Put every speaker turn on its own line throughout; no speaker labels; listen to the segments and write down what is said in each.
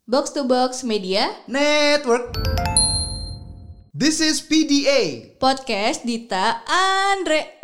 Box to Box Media
Network. This is PDA
Podcast Dita Andre.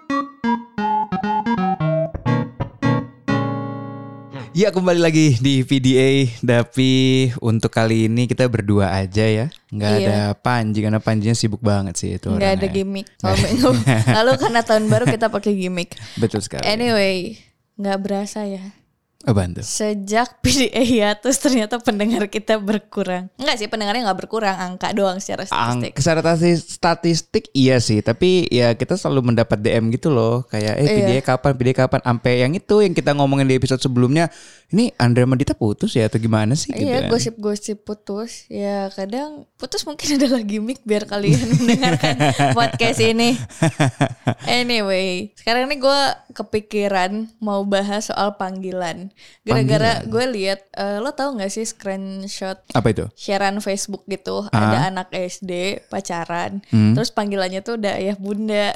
Ya, kembali lagi di PDA. Tapi untuk kali ini kita berdua aja ya. Nggak ada Panji, karena Panjinya sibuk banget sih itu.
Nggak ada gimmick. Lalu karena tahun baru kita pakai gimmick.
Betul sekali.
Anyway, nggak berasa ya.
Bantu.
Sejak PDA hiatus ternyata pendengar kita berkurang. Enggak sih, pendengarnya nggak berkurang, angka doang secara statistik.
Secara statistik iya sih, tapi ya kita selalu mendapat DM gitu loh, kayak PDA kapan, sampai yang itu yang kita ngomongin di episode sebelumnya. Ini Andre sama Dita putus ya atau gimana sih?
Iya,
gitu
gosip-gosip putus. Ya kadang putus mungkin adalah gimmick biar kalian mendengarkan podcast ini. Anyway, sekarang ini gue kepikiran mau bahas soal panggilan. Gara-gara gue lihat, lo tahu nggak sih screenshot?
Apa itu?
Sharean Facebook gitu, ada anak SD pacaran, terus panggilannya tuh udah ayah bunda.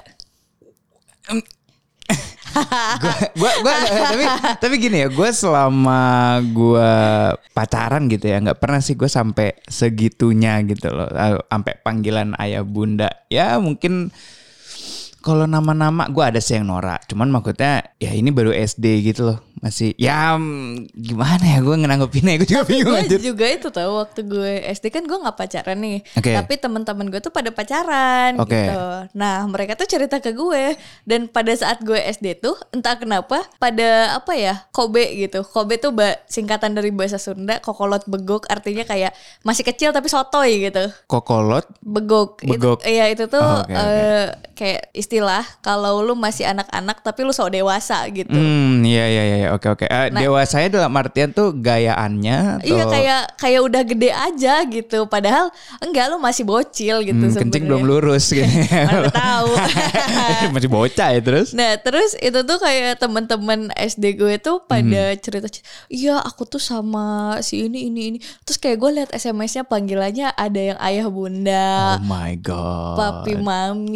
tapi gini ya, gue selama gue pacaran gitu ya, nggak pernah sih gue sampai segitunya gitu loh, sampai panggilan ayah bunda. Ya mungkin kalau nama-nama gue ada sih yang norak, cuman maksudnya ya ini baru SD gitu loh, masih ya gimana ya gue nganggepinnya, gue juga bingung aja.
Gue juga itu tahu waktu gue SD kan gue nggak pacaran nih, tapi teman-teman gue tuh pada pacaran gitu. Nah mereka tuh cerita ke gue, dan pada saat gue SD tuh entah kenapa pada apa ya, Kobe gitu. Kobe tuh singkatan dari bahasa Sunda, kokolot begok, artinya kayak masih kecil tapi sotoy gitu.
Kokolot
begok. Itu tuh kayak istilah kalau lu masih anak-anak tapi lu sok dewasa gitu.
Iya. Oke. Dewasanya dalam artian tuh gayaannya atau...
Iya, kayak udah gede aja gitu. Padahal enggak, lu masih bocil gitu sebenarnya.
Kencing belum lurus gitu.
Mana tahu.
Masih bocah ya terus.
Nah, terus itu tuh kayak teman-teman SD gue tuh pada cerita, iya aku tuh sama si ini. Terus kayak gue lihat SMS-nya panggilannya ada yang ayah bunda.
Oh my god.
Papi mami.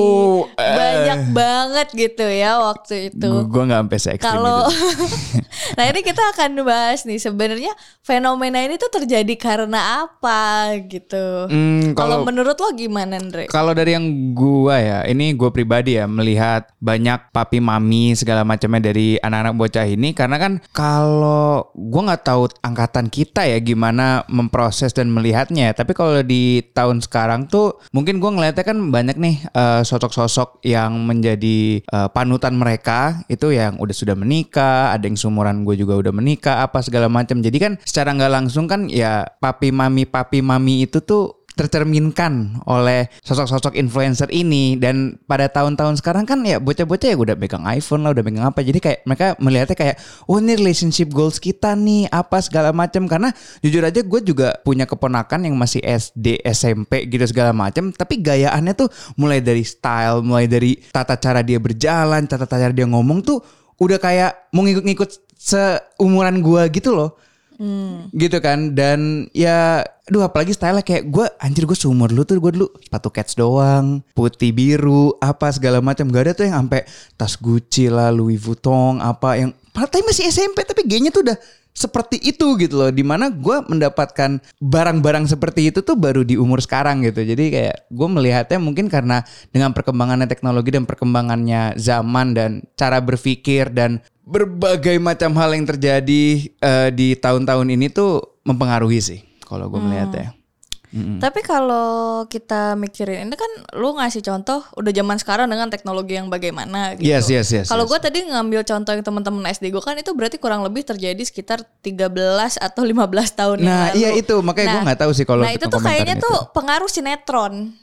Banyak
banget gitu ya waktu itu.
Gue nggak sampai se-ekstrim itu.
Nah ini kita akan bahas nih sebenarnya fenomena ini tuh terjadi karena apa gitu. Kalau menurut lo gimana, Andre?
Kalau dari yang gue ya, ini gue pribadi ya melihat banyak papi mami segala macamnya dari anak-anak bocah ini, karena kan kalau gue nggak tahu angkatan kita ya gimana memproses dan melihatnya. Tapi kalau di tahun sekarang tuh mungkin gue ngeliatnya kan banyak nih sosok-sosok yang menjadi panutan mereka itu yang sudah menikah, ada yang seumuran gue juga udah menikah, apa segala macam. Jadi kan secara nggak langsung kan ya papi mami itu tuh tercerminkan oleh sosok-sosok influencer ini. Dan pada tahun-tahun sekarang kan ya bocah-bocah ya udah pegang iPhone lah, udah pegang apa. Jadi kayak mereka melihatnya kayak ini relationship goals kita nih, apa segala macam. Karena jujur aja gue juga punya keponakan yang masih SD, SMP gitu segala macam, tapi gayaannya tuh mulai dari style, mulai dari tata cara dia berjalan, tata cara dia ngomong tuh udah kayak mau ngikut-ngikut seumuran gue gitu loh. Gitu kan. Dan ya apalagi style kayak gue seumur lu tuh, gue dulu sepatu Keds doang, putih biru apa segala macam, gak ada tuh yang sampai tas Gucci lah, Louis Vuitton apa, yang tapi masih SMP tapi gayanya tuh udah seperti itu gitu loh. Dimana gue mendapatkan barang-barang seperti itu tuh baru di umur sekarang gitu. Jadi kayak gue melihatnya mungkin karena dengan perkembangannya teknologi dan perkembangannya zaman dan cara berpikir dan berbagai macam hal yang terjadi di tahun-tahun ini tuh mempengaruhi sih kalau gue melihatnya.
Tapi kalau kita mikirin ini kan lu ngasih contoh udah zaman sekarang dengan teknologi yang bagaimana gitu.
Yes.
Kalau gue tadi ngambil contoh yang teman-teman SD gue kan itu berarti kurang lebih terjadi sekitar 13 atau 15 tahun yang lalu.
Nah iya itu makanya gue gak tahu sih kalau.
Nah itu tuh kayaknya tuh pengaruh sinetron.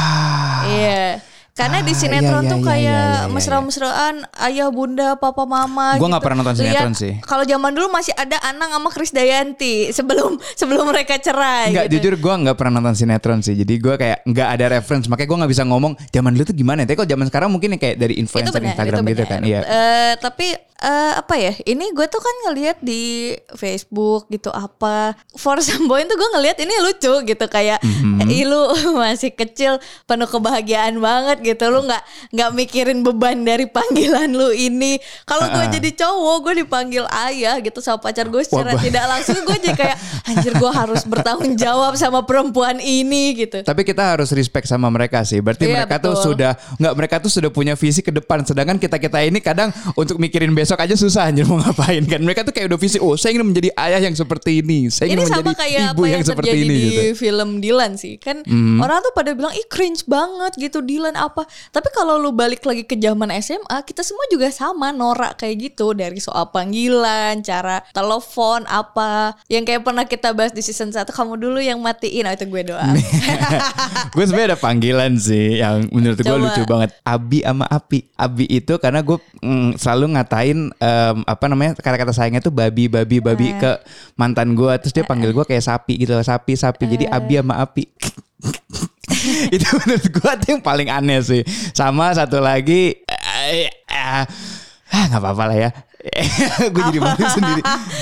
Iya. Karena di sinetron tuh kayak mesra-mesraan ayah bunda papa mama.
Gue
gitu.
nggak pernah nonton sinetron sih.
Kalau zaman dulu masih ada Anang sama Krisdayanti sebelum mereka cerai.
Nggak
gitu.
Jujur gue nggak pernah nonton sinetron sih. Jadi gue kayak nggak ada reference. Makanya gue nggak bisa ngomong zaman dulu tuh gimana. Tapi kalau zaman sekarang mungkin kayak dari influencer Instagram gitu kan. Iya.
Tapi apa ya? Ini gue tuh kan ngelihat di Facebook gitu apa. For some point tuh gue ngelihat ini lucu gitu kayak Lu masih kecil, penuh kebahagiaan banget gitu. Lu nggak mikirin beban dari panggilan lu ini. Kalau gue jadi cowok, gue dipanggil ayah gitu sama pacar gue secara tidak langsung, gue jadi kayak anjir, gue harus bertanggung jawab sama perempuan ini gitu.
Tapi kita harus respect sama mereka sih. Berarti mereka tuh mereka tuh sudah punya visi ke depan. Sedangkan kita ini kadang untuk mikirin besok aja susah anjir mau ngapain kan. Mereka tuh kayak udah visi, saya ingin menjadi ayah yang seperti ini. Saya ingin menjadi ibu yang seperti ini gitu. Di
film Dylan sih kan orang tuh pada bilang ih cringe banget gitu Dylan apa. Tapi kalau lu balik lagi ke zaman SMA, kita semua juga sama norak kayak gitu, dari soal panggilan, cara telepon apa yang kayak pernah kita bahas di season 1, kamu dulu yang matiin. Itu gue doang.
Gue sebenarnya ada panggilan sih yang menurut gue lucu banget, Abi sama Api. Abi itu karena gue selalu ngatain kata-kata sayangnya tuh babi ke mantan gue, terus dia panggil gue kayak sapi gitu, sapi. Jadi Abi sama Api. Itu menurut gue tuh yang paling aneh sih. Sama satu lagi nggak apa-apa lah ya. Gue jadi malu sendiri.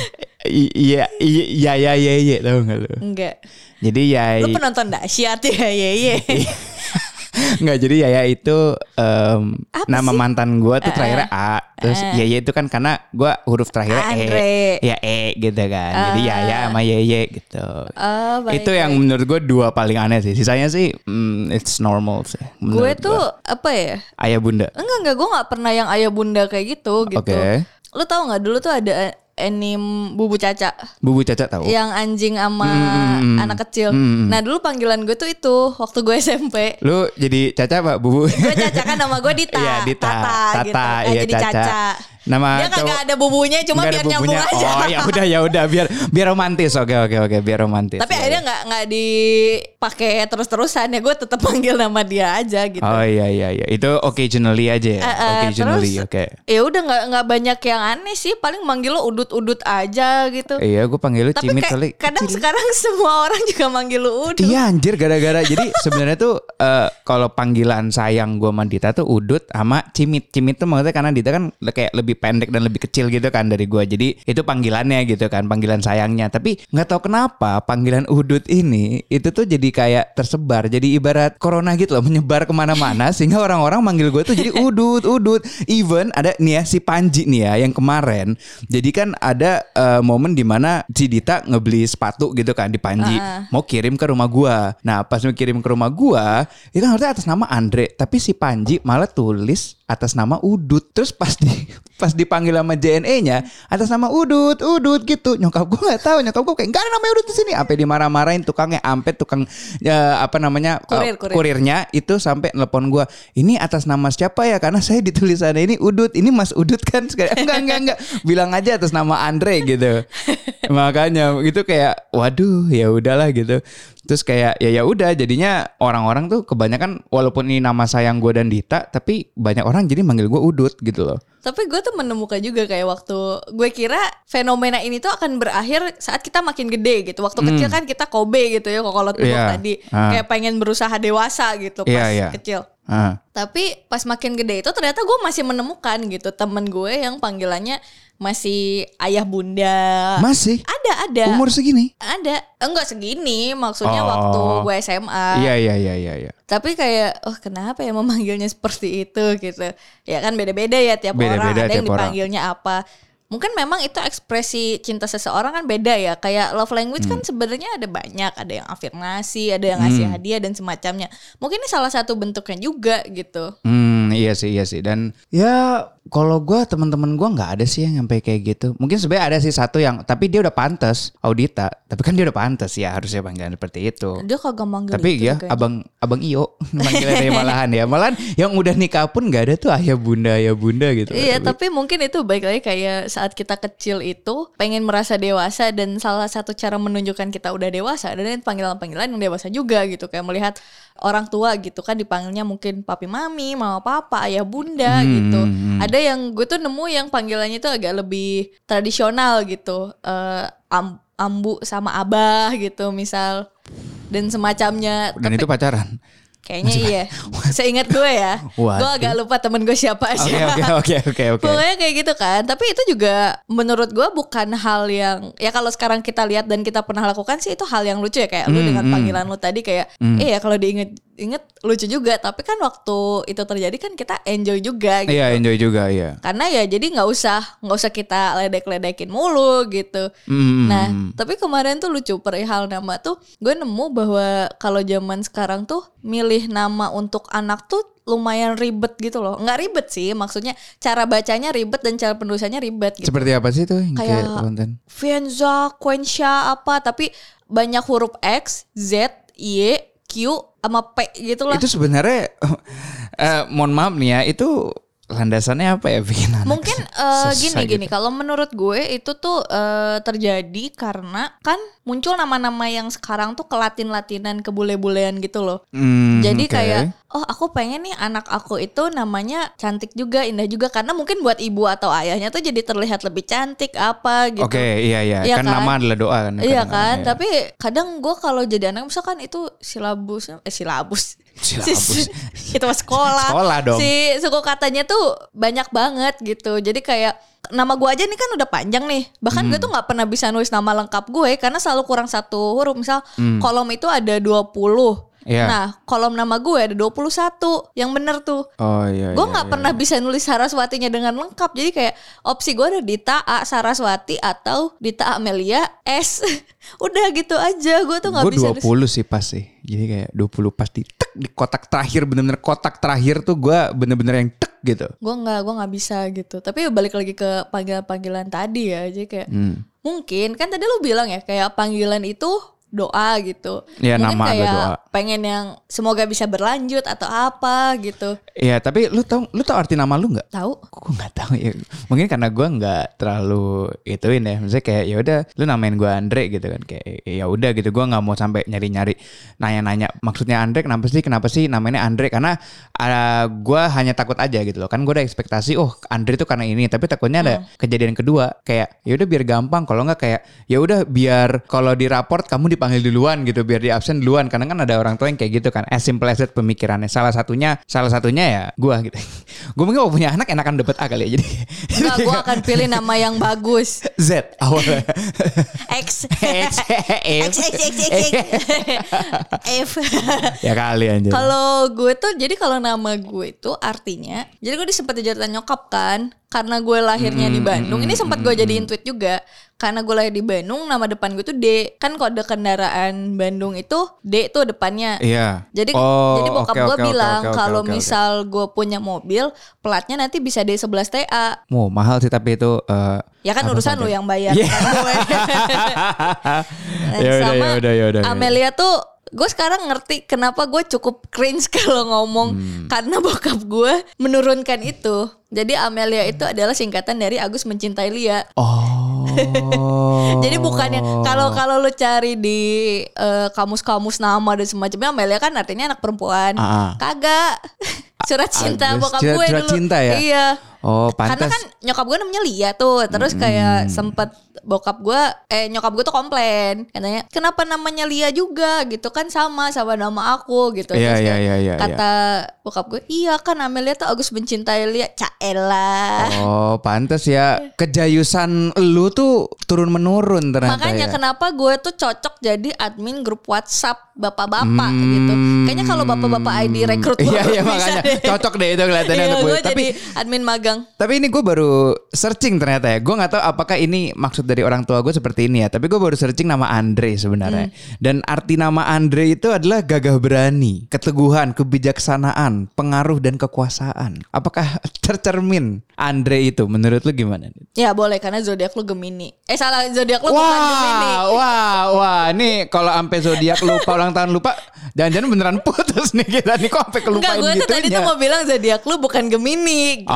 Iya tahu nggak lu?
Enggak.
Jadi
lu penonton dahsyat ya.
Enggak, jadi Yaya itu nama sih? Mantan gue tuh terakhirnya A. Terus Yaya itu kan karena gue huruf terakhirnya
Andre.
E. Ya E gitu kan. Jadi Yaya sama Yeye gitu. Itu yang menurut gue dua paling aneh sih. Sisanya sih it's normal sih.
Gue tuh apa ya?
Ayah bunda.
Enggak, gue gak pernah yang ayah bunda kayak gitu.
Okay.
Lu tahu gak dulu tuh ada anime Bubu Caca.
Bubu Caca tahu.
Yang anjing sama anak kecil. Nah dulu panggilan gue tuh itu waktu gue SMP.
Lu jadi Caca apa Bubu?
Gue Caca kan, nama gue Dita.
Iya, Dita. Tata
gitu.
Iya,
jadi Caca.
Nama
dia kagak ada bubunya, cuma biar nyambung aja.
Oh ya udah biar romantis. Oke biar romantis.
Tapi akhirnya nggak dipakai terus-terusan ya, gue tetap panggil nama dia aja gitu.
Oh iya itu occasionally aja ya. Occasionally oke.
Ya udah nggak banyak yang aneh sih, paling manggil lo udut aja gitu.
Iya, gue panggil lo Cimit kali.
Kadang sekarang semua orang juga manggil lo udut.
Iya anjir, gara-gara jadi sebenarnya tuh kalau panggilan sayang gue sama Dita tuh udut sama Cimit. Cimit tuh maksudnya karena Dita kan kayak lebih pendek dan lebih kecil gitu kan dari gue. Jadi itu panggilannya gitu kan, panggilan sayangnya. Tapi nggak tahu kenapa panggilan udut ini itu tuh jadi kayak tersebar. Jadi ibarat corona gitu loh, menyebar kemana-mana sehingga orang-orang manggil gue tuh jadi udut. Even ada nih ya si Panji nih ya yang kemarin. Jadi kan ada momen dimana si Dita ngebeli sepatu gitu kan di Panji, mau kirim ke rumah gue. Nah pas mau kirim ke rumah gue itu harusnya atas nama Andre, tapi si Panji malah tulis atas nama Udut. Terus pas dipanggil sama JNE-nya atas nama Udut gitu. Nyokap gue nggak tahu, nyokap gue kayak nggak ada namanya Udut di sini. Sampai dimarah-marahin tukangnya, sampai tukang kurirnya itu sampai nelpon gue. Ini atas nama siapa ya? Karena saya ditulisannya ini Udut. Ini Mas Udut kan? Enggak. Bilang aja atas nama Andre gitu. Makanya itu kayak waduh ya udahlah gitu. Terus kayak ya udah jadinya orang-orang tuh kebanyakan walaupun ini nama sayang gue dan Dita, tapi banyak orang jadi manggil gue Udut gitu loh.
Tapi gue tuh menemukan juga kayak waktu gue kira fenomena ini tuh akan berakhir saat kita makin gede gitu. Waktu kecil kan kita Kobe gitu ya, kalau tadi kayak pengen berusaha dewasa gitu pas kecil. Tapi pas makin gede itu ternyata gue masih menemukan gitu temen gue yang panggilannya masih ayah bunda.
Masih?
Ada.
Umur segini?
Ada. Enggak segini, maksudnya waktu gue SMA.
Iya.
Tapi kayak kenapa ya memanggilnya seperti itu gitu. Ya kan beda-beda ya tiap orang, ada yang dipanggilnya apa. Mungkin memang itu ekspresi cinta seseorang kan beda ya. Kayak love language kan sebenarnya ada banyak. Ada yang afirmasi, ada yang ngasih hadiah dan semacamnya. Mungkin ini salah satu bentuknya juga gitu.
Iya sih. Dan ya kalau gue teman-teman gue nggak ada sih yang sampai kayak gitu. Mungkin sebenarnya ada sih satu yang, tapi dia udah pantas, Audita. Tapi kan dia udah pantas ya, harusnya panggilan seperti itu.
Dia kagak manggil.
Tapi ya abang Iyo manggilnya malahan ya. Malahan yang udah nikah pun nggak ada tuh ayah bunda gitu.
Iya, tapi mungkin itu baik lagi kayak saat kita kecil itu pengen merasa dewasa, dan salah satu cara menunjukkan kita udah dewasa dan panggilan-panggilan yang dewasa juga gitu. Kayak melihat orang tua gitu kan dipanggilnya mungkin papi mami, mama papa, ayah bunda gitu. Ada yang gue tuh nemu yang panggilannya itu agak lebih tradisional gitu, ambu sama abah gitu misal, dan semacamnya.
Dan itu pacaran?
Kayaknya iya. Seingat gue ya. Gue agak lupa temen gue siapa aja.
Oke.
Pokoknya kayak gitu kan. Tapi itu juga menurut gue bukan hal yang, ya kalau sekarang kita lihat dan kita pernah lakukan sih itu hal yang lucu ya. Kayak lu dengan panggilan lu tadi kayak, ya kalau diinget lucu juga. Tapi kan waktu itu terjadi kan kita enjoy juga gitu.
Iya, enjoy juga, iya.
Karena ya jadi nggak usah kita ledek-ledekin mulu gitu. Nah, tapi kemarin tuh lucu perihal nama tuh, gue nemu bahwa kalau zaman sekarang tuh milih nama untuk anak tuh lumayan ribet gitu loh. Nggak ribet sih, maksudnya cara bacanya ribet dan cara penulisannya ribet gitu.
Seperti apa sih tuh?
Kayak Fienza, Quencha apa, tapi banyak huruf X, Z, Y, Q sama P gitu lah.
Itu sebenarnya mohon maaf nih ya, itu landasannya apa ya bikin anak?
Mungkin gini kalau menurut gue itu tuh terjadi karena kan muncul nama-nama yang sekarang tuh kelatin-latinan, kebule-bulean gitu loh. Jadi kayak aku pengen nih anak aku itu namanya cantik juga, indah juga, karena mungkin buat ibu atau ayahnya tuh jadi terlihat lebih cantik apa gitu.
Iya kan nama adalah doa kan.
Iya kan, tapi kadang gue kalau jadi anak misalkan itu silabus itu mah sekolah
dong.
Si suku katanya tuh banyak banget gitu. Jadi kayak nama gue aja nih kan udah panjang nih. Bahkan gue tuh gak pernah bisa nulis nama lengkap gue karena selalu kurang satu huruf. Misal kolom itu ada 20. Yeah. Nah kolom nama gue ada 21. Yang bener tuh. Gue gak pernah bisa nulis Saraswatinya dengan lengkap. Jadi kayak opsi gue ada Dita A Saraswati atau Dita Amelia S. Udah gitu aja. Gue tuh gak bisa.
Gue 20 sih pas sih. Jadi kayak 20 pas di kotak terakhir. Bener-bener kotak terakhir tuh gue bener-bener yang tek gitu.
Gue gak bisa gitu. Tapi balik lagi ke panggilan tadi ya. Jadi kayak mungkin kan tadi lu bilang ya kayak panggilan itu doa gitu.
Ya,
mungkin
nama
kayak
doa.
Pengen yang semoga bisa berlanjut atau apa gitu.
Iya, tapi lu tahu arti nama lu nggak?
Tahu.
Gue nggak tahu ya. Mungkin karena gue nggak terlalu ituin ya. Misalnya kayak ya udah, lu namain gue Andre gitu kan. Kayak ya udah gitu. Gue nggak mau sampai nyari-nyari, nanya-nanya. Maksudnya Andre kenapa sih namanya Andre? Karena gue hanya takut aja gitu loh. Kan gue ada ekspektasi, Andre tuh karena ini. Tapi takutnya ada kejadian kedua. Kayak ya udah biar gampang. Kalau nggak kayak ya udah biar kalau di raport kamu dipanggil duluan gitu, biar di absen duluan, karena kan ada orang tua yang kayak gitu kan, as simple as that pemikirannya. Salah satunya ya gue gitu. Gue mungkin kalau punya anak enakan dapet A kali ya, jadi
enggak, gue akan pilih nama yang bagus.
Z awalnya.
X F
ya kali aja.
Kalau gue tuh jadi kalau nama gue itu artinya, jadi gue sempat dijadikan nyokap kan, karena gue lahirnya di Bandung. Ini sempat gue jadiin tweet juga. Karena gue lahir di Bandung, nama depan gue tuh D. Kan kode kendaraan Bandung itu D tuh depannya.
Iya.
Jadi bokap gue bilang kalau misal gue punya mobil, platnya nanti bisa D11 TA.
Mahal sih tapi itu
ya kan urusan lu yang bayar.
Yeah.
Kan gue.
Yaudah.
Amelia tuh gue sekarang ngerti kenapa gue cukup cringe kalau ngomong. Karena bokap gue menurunkan itu. Jadi Amelia itu adalah singkatan dari Agus Mencintai Lia. Jadi bukannya kalau lu cari di kamus-kamus nama dan semacamnya, Amelia kan artinya anak perempuan. Kagak. Surat cinta bokap gue dulu.
Surat cinta ya?
Iya.
Pantas.
Karena kan nyokap gue namanya Lia tuh. Terus kayak sempet nyokap gue tuh komplain. Katanya kenapa namanya Lia juga gitu kan, sama nama aku gitu.
Iya.
Kata bokap gue, iya kan Amelia tuh Agus Mencintai Lia. Caelah.
Pantas ya. Kejayusan lu tuh turun menurun ternyata.
Makanya kenapa gue tuh cocok jadi admin grup WhatsApp bapak-bapak gitu. Kayaknya kalau bapak-bapak ID rekrut gue
iya makanya cocok deh itu kelihatannya.
Iya, gue jadi admin magang.
Tapi ini gue baru searching ternyata ya. Gue gak tahu apakah ini maksud dari orang tua gue seperti ini ya. Tapi gue baru searching nama Andre sebenarnya. Dan arti nama Andre itu adalah gagah berani, keteguhan, kebijaksanaan, pengaruh dan kekuasaan. Apakah tercermin Andre itu menurut lu gimana?
Ya boleh, karena zodiak lu Gemini. Salah, zodiak lu bukan Gemini.
Wah, nih kalau sampai zodiak lupa ulang tahun lupa, jangan-jangan beneran putus nih kita nih, kok sampai kelupain gitunya.
Enggak, gue tuh tadi tuh mau bilang zodiak lu bukan Gemini gitu.
Oh iya.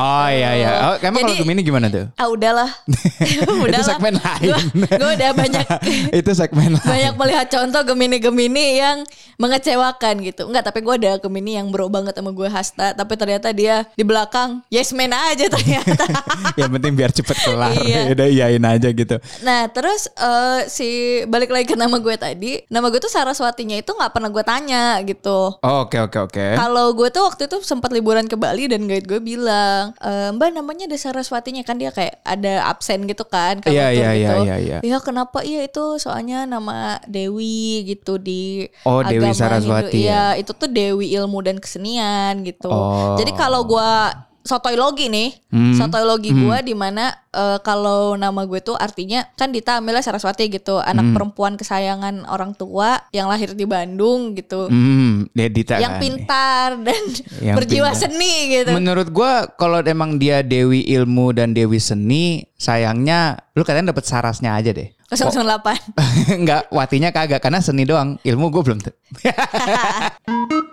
Iya. Oh, emang kalau Gemini gimana tuh?
Udahlah.
Itu segmen lain.
Gue udah banyak.
Itu segmen lain.
Banyak melihat contoh Gemini yang mengecewakan gitu. Enggak, tapi gue ada Gemini yang bro banget sama gue, Hasta. Tapi ternyata dia di belakang yes man aja ternyata.
Yang penting biar cepet kelar.
Iya.
Udah iyain aja gitu.
Nah terus balik lagi ke nama gue tadi. Nama gue tuh Saraswatinya itu gak pernah gue tanya gitu.
Oh, oke.
Kalau gue tuh waktu itu sempat liburan ke Bali dan guide gue bilang, Mbak namanya ada Saraswatinya, kan dia kayak ada absen gitu kan.
Iya.
Ya kenapa? Iya itu soalnya nama Dewi gitu di
agama Dewi
Hindu.
Saraswati.
Iya itu tuh Dewi ilmu dan kesenian gitu. Jadi kalau gue sotoilogi nih, sotoilogi gue di mana kalau nama gue tuh artinya kan Dita Amelia Saraswati gitu, anak perempuan kesayangan orang tua yang lahir di Bandung gitu.
Dita
yang
kan,
pintar dan yang berjiwa pintar. Seni gitu.
Menurut gue kalau emang dia Dewi ilmu dan Dewi seni, sayangnya lu katanya dapet Sarasnya aja deh.
008.
Enggak, Watinya kagak karena seni doang, ilmu gue belum.